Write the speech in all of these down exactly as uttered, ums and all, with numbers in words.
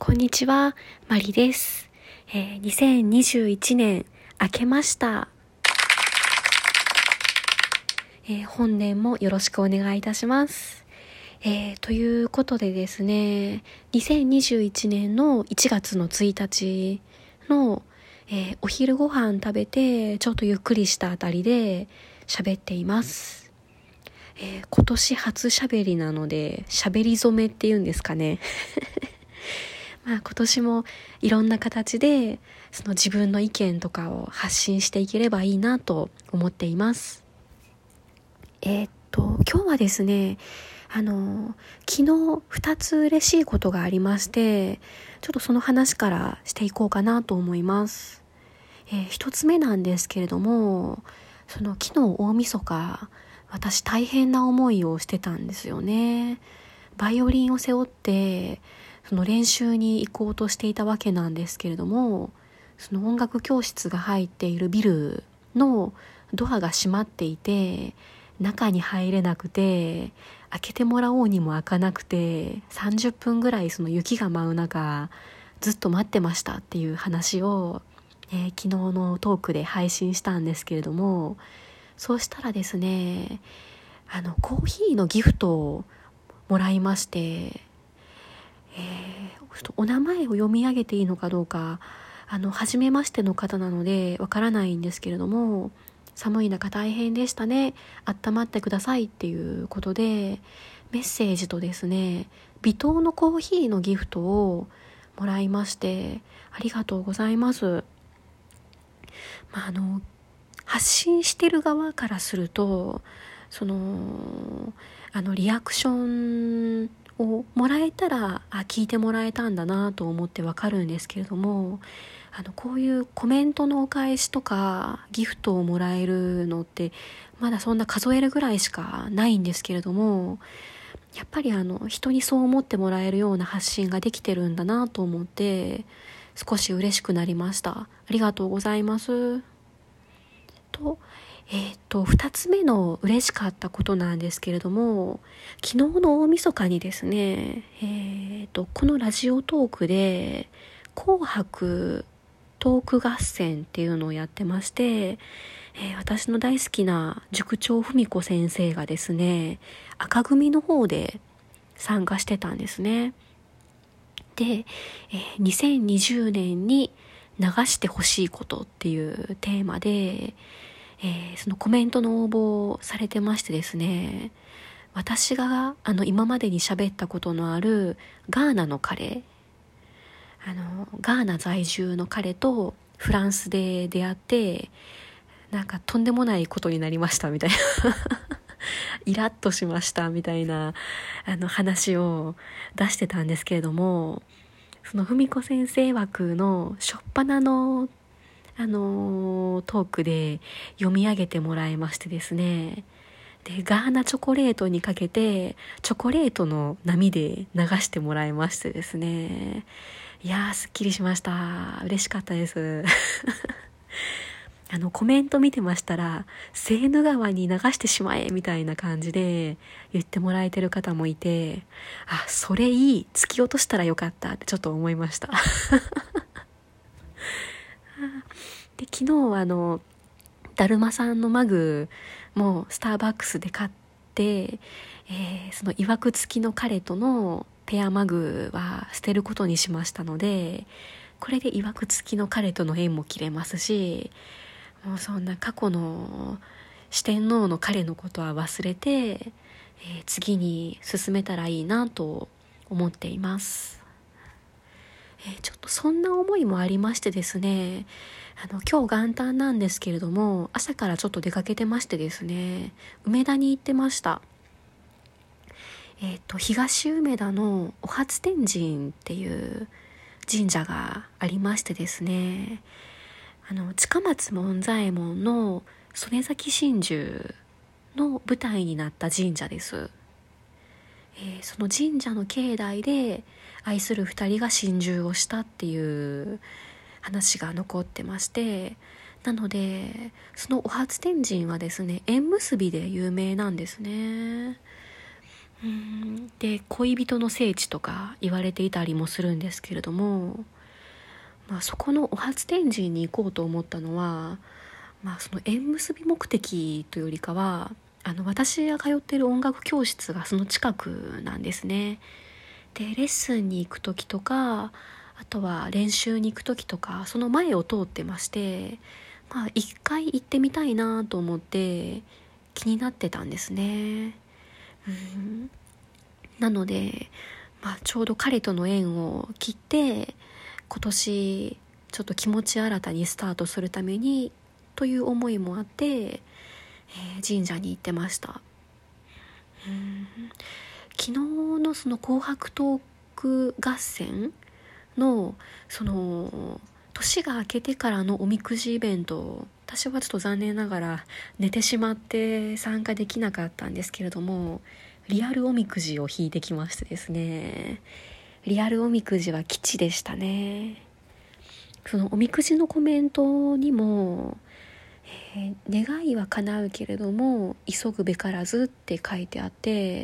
こんにちは、マリです。えー、にせんにじゅういちねん明けました、えー。本年もよろしくお願いいたします。えー、ということでですね、にせんにじゅういちねんのいちがつのついたちの、えー、お昼ご飯食べてちょっとゆっくりしたあたりで喋っています。えー、今年初喋りなので喋り初めっていうんですかね。まあ、今年もいろんな形でその自分の意見とかを発信していければいいなと思っています。えー、っと今日はですね、あの昨日ふたつ嬉しいことがありまして、ちょっとその話からしていこうかなと思います。えー、ひとつめなんですけれども、その昨日大晦日、私大変な思いをしてたんですよね。バイオリンを背負ってその練習に行こうとしていたわけなんですけれども、その音楽教室が入っているビルのドアが閉まっていて、中に入れなくて、開けてもらおうにも開かなくて、さんじゅっぷんぐらいその雪が舞う中ずっと待ってましたっていう話を、えー、昨日のトークで配信したんですけれども、そうしたらですね、あのコーヒーのギフトをもらいまして、えー、ちょっとお名前を読み上げていいのかどうか、あの初めましての方なのでわからないんですけれども、寒い中大変でしたね、温まってくださいっていうことでメッセージとですね、微糖のコーヒーのギフトをもらいまして、ありがとうございます。まあ、あの発信してる側からすると、そのあのリアクションをもらえたら、あ、聞いてもらえたんだなと思ってわかるんですけれども、あのこういうコメントのお返しとかギフトをもらえるのってまだそんな数えるぐらいしかないんですけれども、やっぱりあの人にそう思ってもらえるような発信ができてるんだなと思って少し嬉しくなりました。ありがとうございますと、えー、とふたつめの嬉しかったことなんですけれども、昨日の大晦日にですね、えー、とこのラジオトークで紅白トーク合戦っていうのをやってまして、えー、私の大好きな塾長文子先生がですね、赤組の方で参加してたんですね。で、えー、にせんにじゅうねんに流してほしいことっていうテーマで、えー、そのコメントの応募をされてましてですね、私があの今までに喋ったことのあるガーナの彼、あのガーナ在住の彼とフランスで出会って、なんかとんでもないことになりましたみたいなイラッとしましたみたいなあの話を出してたんですけれども、その文子先生枠の初っ端のあのー、トークで読み上げてもらいましてですね、でガーナチョコレートにかけてチョコレートの波で流してもらいましてですね、いやーすっきりしました。嬉しかったですあのコメント見てましたら、セーヌ川に流してしまえみたいな感じで言ってもらえてる方もいて、あ、それいい、突き落としたらよかったってちょっと思いましたで昨日はあのだるまさんのマグもスターバックスで買って、えー、そのいわくつきの彼とのペアマグは捨てることにしましたので、これでいわくつきの彼との縁も切れますし、もうそんな過去の四天王の彼のことは忘れて、えー、次に進めたらいいなと思っています。えー、ちょっとそんな思いもありましてですね、あの今日元旦なんですけれども、朝からちょっと出かけてましてですね、梅田に行ってました。えっと東梅田のお初天神っていう神社がありましてですね、あの近松門左衛門の曽根崎心中の舞台になった神社です。えー、その神社の境内で愛する二人が心中をしたっていう話が残ってまして、なのでそのお初天神はですね、縁結びで有名なんですね。 うんで恋人の聖地とか言われていたりもするんですけれども、まあ、そこのお初天神に行こうと思ったのは、まあ、その縁結び目的というよりかは、あの私が通っている音楽教室がその近くなんですね。でレッスンに行く時とか、あとは練習に行く時とか、その前を通ってまして、まあ一回行ってみたいなと思って気になってたんですね。うんなので、まあ、ちょうど彼との縁を切って今年ちょっと気持ち新たにスタートするためにという思いもあって、えー神社に行ってました。うん昨日のその紅白トーク合戦のその年が明けてからのおみくじイベント、私はちょっと残念ながら寝てしまって参加できなかったんですけれども、リアルおみくじを引いてきましてですね、リアルおみくじは吉でしたね。そのおみくじのコメントにも、えー願いは叶うけれども急ぐべからずって書いてあって、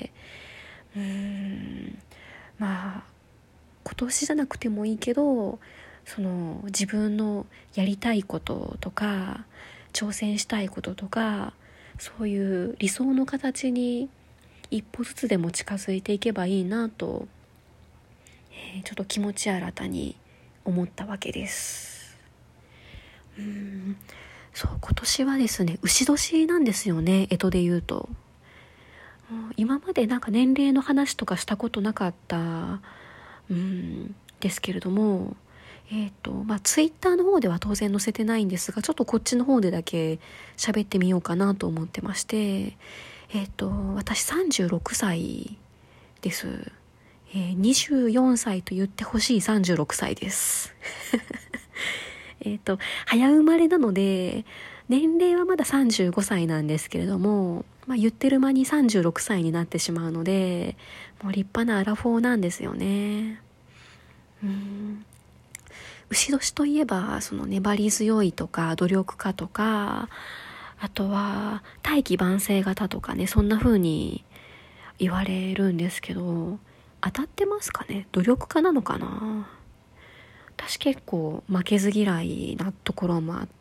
うーんまあ今年じゃなくてもいいけど、その自分のやりたいこととか挑戦したいこととか、そういう理想の形に一歩ずつでも近づいていけばいいなと、えーちょっと気持ち新たに思ったわけです。うーんそう今年はですね、牛年なんですよね、干支で言うと。うん今までなんか年齢の話とかしたことなかったうんですけれども、えっとまあツイッターの方では当然載せてないんですが、ちょっとこっちの方でだけ喋ってみようかなと思ってまして、えっと私さんじゅうろくさいです。えーにじゅうよんさいと言ってほしいさんじゅうろくさいですえっと早生まれなので年齢はまださんじゅうごさいなんですけれども、まあ、言ってる間にさんじゅうろくさいになってしまうので、もう立派なアラフォーなんですよね。うん牛年といえばその粘り強いとか努力家とか、あとは大器晩成型とかね、そんな風に言われるんですけど、当たってますかね。努力家なのかな。私結構負けず嫌いなところもあって、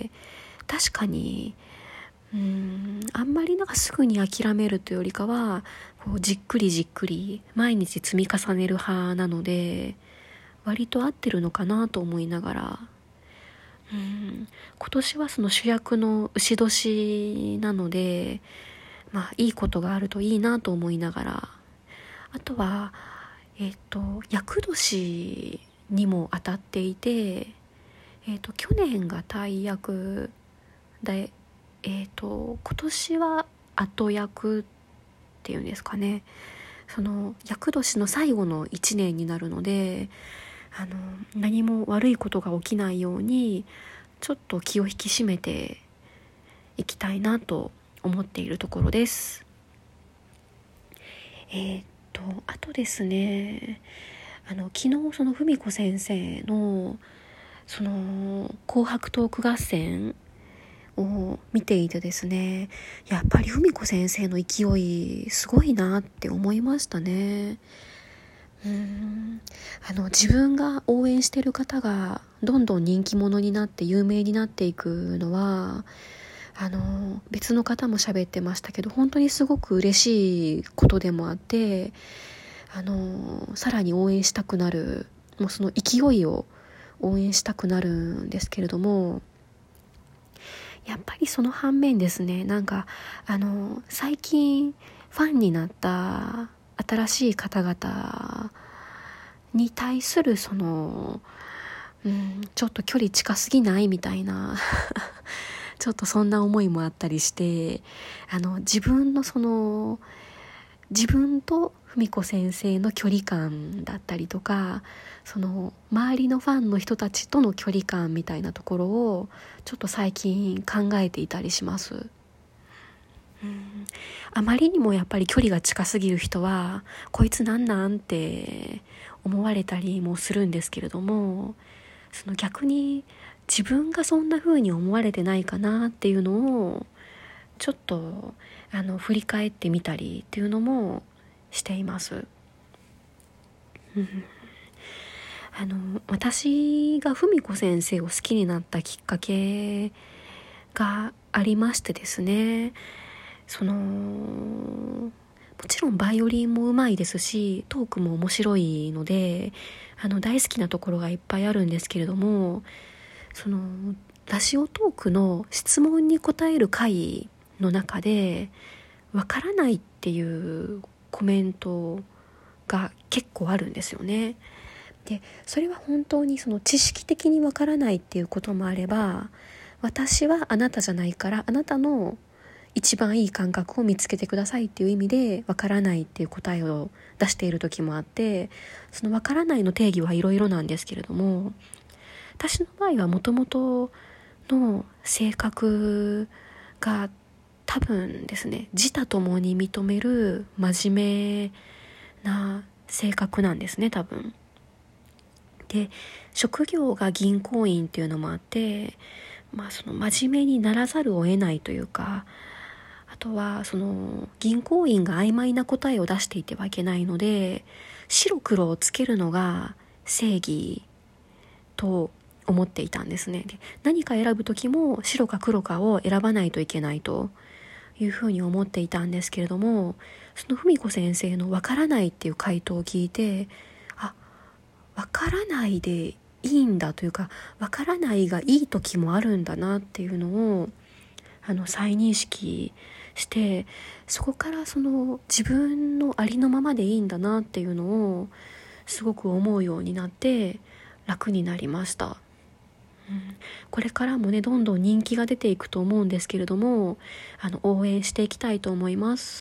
確かにうーんあんまりなんかすぐに諦めるというよりかは、こうじっくりじっくり毎日積み重ねる派なので、割と合ってるのかなと思いながら、うん今年はその主役の牛年なので、まあいいことがあるといいなと思いながら、あとはえっ、と厄年にも当たっていて、えっ、と去年が大役で、えっ、と今年は後役っていうんですかね。その厄年の最後のいちねんになるので、あの何も悪いことが起きないようにちょっと気を引き締めていきたいなと思っているところです。えーっとあとですね、あの昨日その文子先生のその紅白トーク合戦を見ていてですね、やっぱり文子先生の勢いすごいなって思いましたね。うーんあの自分が応援してる方がどんどん人気者になって有名になっていくのは、あの別の方も喋ってましたけど、本当にすごく嬉しいことでもあって、あのさらに応援したくなる、もうその勢いを応援したくなるんですけれども、やっぱりその反面ですね、なんかあの最近ファンになった新しい方々に対するその、うん、ちょっと距離近すぎないみたいなちょっとそんな思いもあったりして、あの自分のその自分と文子先生の距離感だったりとか、その周りのファンの人たちとの距離感みたいなところをちょっと最近考えていたりします。うんあまりにもやっぱり距離が近すぎる人はこいつなんなんって思われたりもするんですけれども、その逆に自分がそんな風に思われてないかなっていうのをちょっとあの振り返ってみたりっていうのもしています。うん、あの私が文子先生を好きになったきっかけがありましてですね、そのもちろんバイオリンもうまいですし、トークも面白いので、あの大好きなところがいっぱいあるんですけれども、そのラジオトークの質問に答える回の中でわからないっていうコメントが結構あるんですよね。でそれは本当にその知識的にわからないっていうこともあれば、私はあなたじゃないからあなたの一番いい感覚を見つけてくださいっていう意味でわからないっていう答えを出している時もあって、そのわからないの定義はいろいろなんですけれども、私の場合はもともとの性格が多分ですね、自他ともに認める真面目な性格なんですね、多分。で職業が銀行員っていうのもあって、まあその真面目にならざるを得ないというか、あとはその銀行員が曖昧な答えを出していてはいけないので、白黒をつけるのが正義と思っていたんですね。で何か選ぶ時も白か黒かを選ばないといけないというふうに思っていたんですけれども、その文子先生のわからないっていう回答を聞いて、あ、わからないでいいんだというか、わからないがいい時もあるんだなっていうのをあの再認識して、そこからその自分のありのままでいいんだなっていうのをすごく思うようになって楽になりました。うん、これからもねどんどん人気が出ていくと思うんですけれども、あの応援していきたいと思います。